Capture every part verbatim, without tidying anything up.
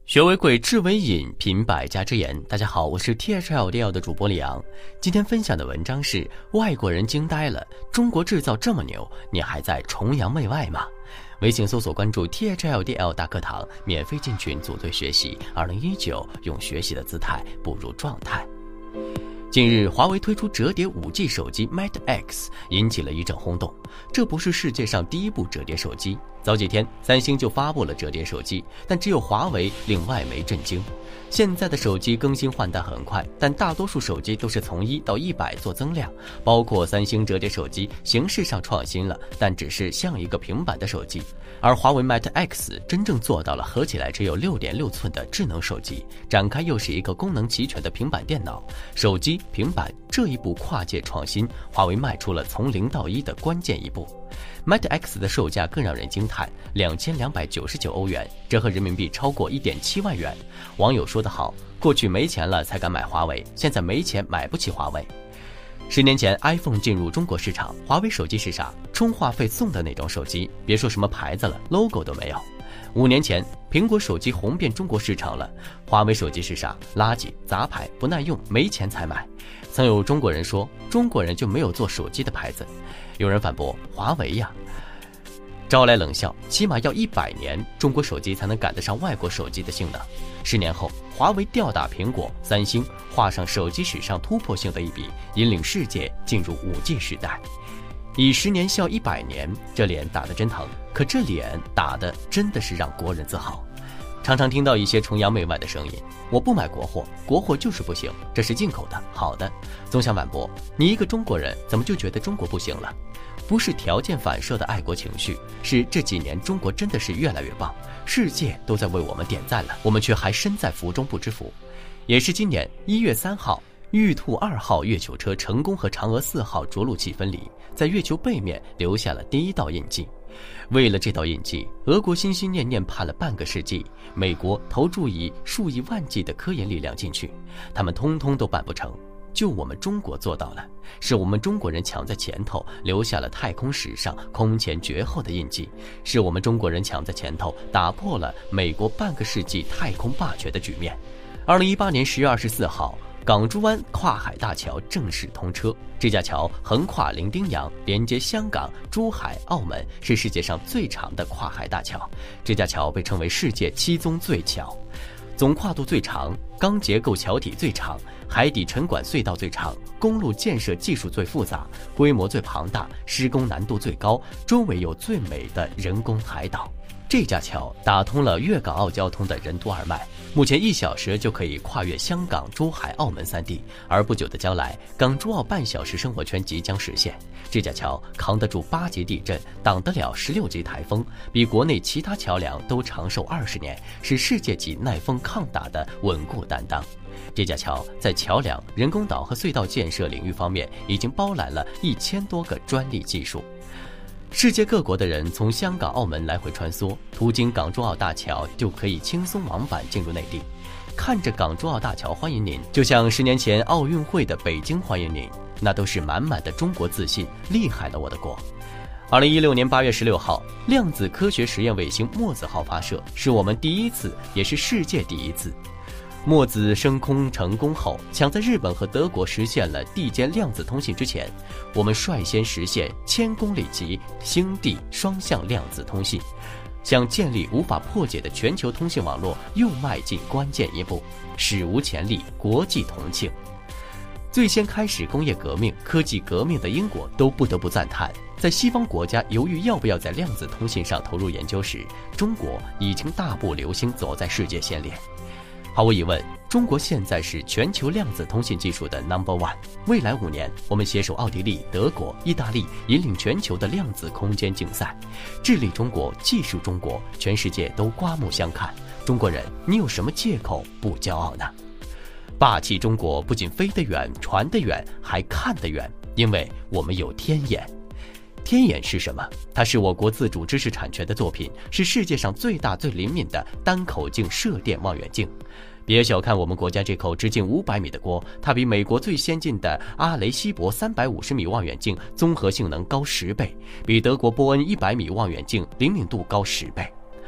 学为贵，智为引，品百家之言。大家好，我是 T H L D L 的主播李阳。今天分享的文章是外国人惊呆了，中国制造这么牛，你还在崇洋媚外吗？微信搜索关注 T H L D L 大课堂，免费进群组队学习。二零一九，用学习的姿态步入状态。近日，华为推出折叠 五 G 手机 Mate X， 引起了一阵轰动。这不是世界上第一部折叠手机，早几天三星就发布了折叠手机，但只有华为令外媒震惊。现在的手机更新换代很快，但大多数手机都是从一到一百做增量，包括三星折叠手机形式上创新了，但只是像一个平板的手机。而华为 Mate X 真正做到了合起来只有 六点六寸的智能手机，展开又是一个功能齐全的平板电脑。手机、平板这一步跨界创新，华为迈出了从零到一的关键一步。Mate X 的售价更让人惊叹，两千两百九十九欧元，折合人民币超过 一点七万元。网友说得好，过去没钱了才敢买华为，现在没钱买不起华为。十年前 iPhone 进入中国市场，华为手机是啥？充话费送的那种手机，别说什么牌子了， logo 都没有。五年前苹果手机红遍中国市场了，华为手机是啥？垃圾、杂牌、不耐用，没钱才买。曾有中国人说，中国人就没有做手机的牌子。有人反驳，华为呀，招来冷笑，起码要一百年，中国手机才能赶得上外国手机的性能。十年后，华为吊打苹果、三星，画上手机史上突破性的一笔，引领世界进入 五 G 时代。以十年笑一百年，这脸打得真疼，可这脸打的真的是让国人自豪。常常听到一些崇洋媚外的声音，我不买国货，国货就是不行，这是进口的，好的。总想反驳，你一个中国人怎么就觉得中国不行了？不是条件反射的爱国情绪，是这几年中国真的是越来越棒，世界都在为我们点赞了，我们却还身在福中不知福。也是今年一月三号，玉兔二号月球车成功和嫦娥四号着陆器分离，在月球背面留下了第一道印记。为了这道印记，俄国心心念念盼了半个世纪，美国投注以数以万计的科研力量进去，他们通通都办不成，就我们中国做到了，是我们中国人抢在前头，留下了太空史上空前绝后的印记，是我们中国人抢在前头，打破了美国半个世纪太空霸权的局面。二零一八年十月二十四号，港珠湾跨海大桥正式通车。这架桥横跨伶仃洋，连接香港、珠海、澳门，是世界上最长的跨海大桥。这架桥被称为世界七宗罪桥，总跨度最长，钢结构桥体最长，海底沉管隧道最长，公路建设技术最复杂，规模最庞大，施工难度最高，周围有最美的人工海岛。这架桥打通了粤港澳交通的任督二脉，目前一小时就可以跨越香港、珠海、澳门三地，而不久的将来，港珠澳半小时生活圈即将实现。这架桥扛得住八级地震，挡得了十六级台风，比国内其他桥梁都长寿二十年，是世界级耐风抗打的稳固担当。这架桥在桥梁、人工岛和隧道建设领域方面，已经包揽了一千多个专利技术。世界各国的人从香港、澳门来回穿梭，途经港珠澳大桥就可以轻松往返进入内地。看着港珠澳大桥欢迎您，就像十年前奥运会的北京欢迎您，那都是满满的中国自信，厉害了我的国。二零一六年八月十六号，量子科学实验卫星墨子号发射，是我们第一次，也是世界第一次。墨子升空成功后，抢在日本和德国实现了地间量子通信之前，我们率先实现千公里级星地双向量子通信，向建立无法破解的全球通信网络又迈进关键一步，史无前例，国际同庆。最先开始工业革命、科技革命的英国都不得不赞叹，在西方国家犹豫要不要在量子通信上投入研究时，中国已经大步流星走在世界先列。毫无疑问，中国现在是全球量子通信技术的 number one。未来五年，我们携手奥地利、德国、意大利，引领全球的量子空间竞赛。治理中国，技术中国，全世界都刮目相看。中国人，你有什么借口不骄傲呢？霸气中国不仅飞得远、传得远，还看得远，因为我们有天眼。天眼是什么？它是我国自主知识产权的作品，是世界上最大最灵敏的单口径射电望远镜。别小看我们国家这口直径五百米的锅，它比美国最先进的阿雷西博三百五十米望远镜综合性能高十倍，比德国波恩一百米望远镜灵敏度高十倍。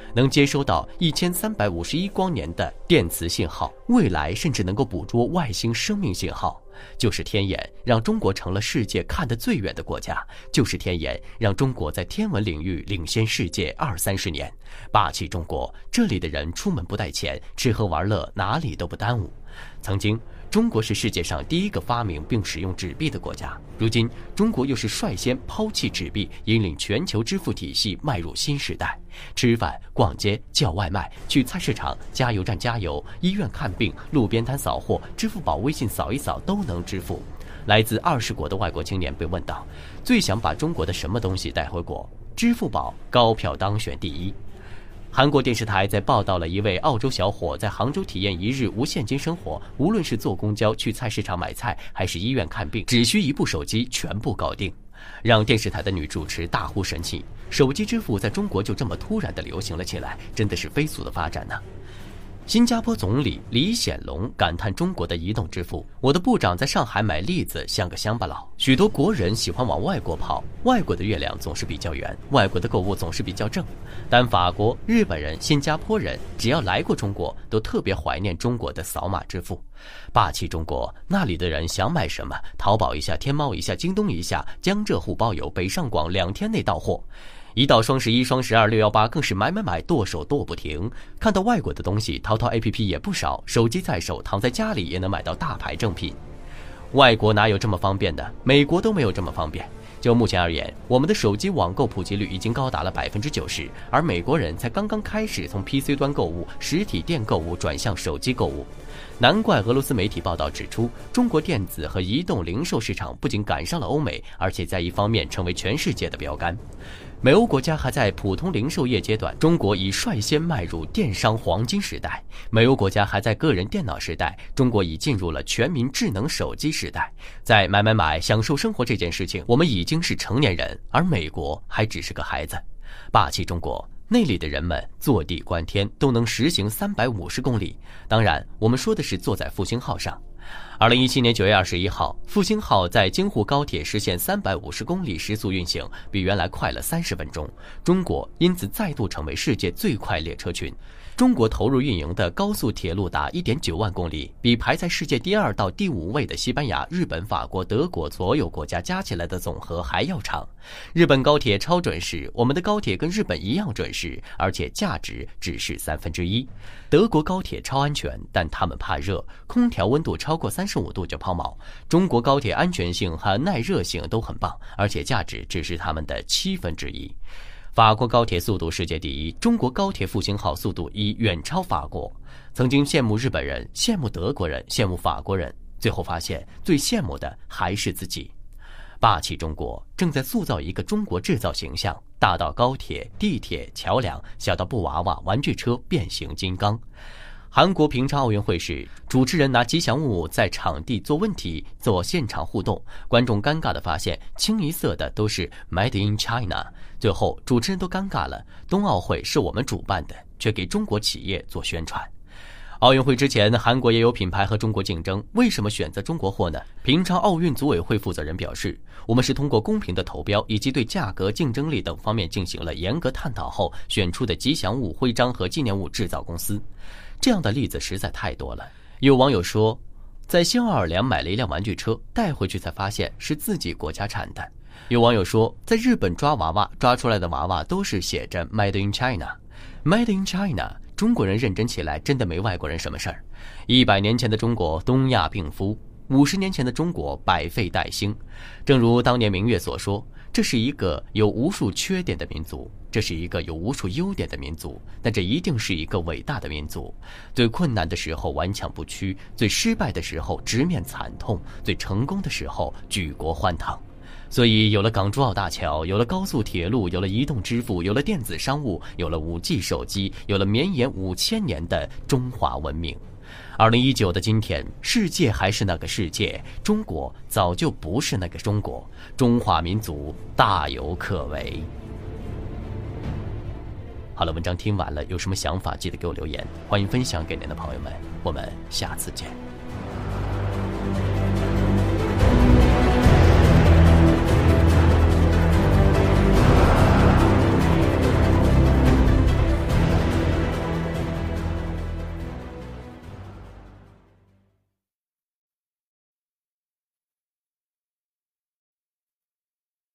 能接收到一千三百五十一光年的电磁信号，未来甚至能够捕捉外星生命信号。就是天眼让中国成了世界看得最远的国家，就是天眼让中国在天文领域领先世界二三十年。霸气中国，这里的人出门不带钱，吃喝玩乐哪里都不耽误。曾经中国是世界上第一个发明并使用纸币的国家，如今中国又是率先抛弃纸币，引领全球支付体系迈入新时代。吃饭、逛街、叫外卖、去菜市场、加油站加油、医院看病、路边摊扫货，支付宝、微信扫一扫都能支付。来自二十国的外国青年被问到，最想把中国的什么东西带回国？支付宝高票当选第一。韩国电视台在报道了一位澳洲小伙在杭州体验一日无现金生活，无论是坐公交去菜市场买菜，还是医院看病，只需一部手机全部搞定，让电视台的女主持大呼神奇。手机支付在中国就这么突然的流行了起来，真的是飞速的发展呢。新加坡总理李显龙感叹中国的移动支付：我的部长在上海买栗子像个乡巴佬。许多国人喜欢往外国跑，外国的月亮总是比较圆，外国的购物总是比较正。但法国、日本人、新加坡人只要来过中国，都特别怀念中国的扫码支付。霸气中国，那里的人想买什么，淘宝一下、天猫一下、京东一下，江浙沪包邮，北上广两天内到货。一到双十一、双十二、六幺八，更是买买买，剁手剁不停。看到外国的东西，淘淘 A P P 也不少，手机在手，躺在家里也能买到大牌正品。外国哪有这么方便的？美国都没有这么方便。就目前而言，我们的手机网购普及率已经高达了百分之九十，而美国人才刚刚开始从 P C 端购物、实体店购物转向手机购物。难怪俄罗斯媒体报道指出，中国电子和移动零售市场不仅赶上了欧美，而且在一方面成为全世界的标杆。美欧国家还在普通零售业阶段，中国已率先迈入电商黄金时代；美欧国家还在个人电脑时代，中国已进入了全民智能手机时代。在买买买、享受生活这件事情，我们已经是成年人，而美国还只是个孩子。霸气中国，那里的人们坐地观天，都能实行三百五十公里。当然，我们说的是坐在复兴号上。二零一七年九月二十一号，复兴号在京沪高铁实现三百五十公里时速运行，比原来快了三十分钟。中国因此再度成为世界最快列车群。中国投入运营的高速铁路达 一点九万公里，比排在世界第二到第五位的西班牙、日本、法国、德国所有国家加起来的总和还要长。日本高铁超准时，我们的高铁跟日本一样准时，而且价值只是三分之一。德国高铁超安全，但他们怕热，空调温度超过三十五度就抛锚。中国高铁安全性和耐热性都很棒，而且价值只是他们的七分之一。法国高铁速度世界第一，中国高铁复兴号速度已远超法国。曾经羡慕日本人，羡慕德国人，羡慕法国人，最后发现最羡慕的还是自己。霸气中国正在塑造一个中国制造形象，大到高铁、地铁、桥梁，小到布娃娃、玩具车、变形金刚。韩国平昌奥运会时，主持人拿吉祥物在场地做问题，做现场互动，观众尴尬地发现清一色的都是 Made in China。最后主持人都尴尬了，冬奥会是我们主办的，却给中国企业做宣传。奥运会之前，韩国也有品牌和中国竞争，为什么选择中国货呢？平昌奥运组委会负责人表示，我们是通过公平的投标以及对价格、竞争力等方面进行了严格探讨后选出的吉祥物、徽章和纪念物制造公司。这样的例子实在太多了。有网友说，在新奥尔良买了一辆玩具车，带回去才发现是自己国家产的。有网友说，在日本抓娃娃，抓出来的娃娃都是写着 Made in China。Made in China， 中国人认真起来真的没外国人什么事儿。一百年前的中国东亚病夫，五十年前的中国百废待兴。正如当年明月所说，这是一个有无数缺点的民族，这是一个有无数优点的民族，但这一定是一个伟大的民族。最困难的时候顽强不屈，最失败的时候直面惨痛，最成功的时候举国欢腾。所以有了港珠澳大桥，有了高速铁路，有了移动支付，有了电子商务，有了 五 G 手机，有了绵延五千年的中华文明。二零一九的今天，世界还是那个世界，中国早就不是那个中国，中华民族大有可为。好了，文章听完了，有什么想法记得给我留言，欢迎分享给您的朋友们，我们下次见。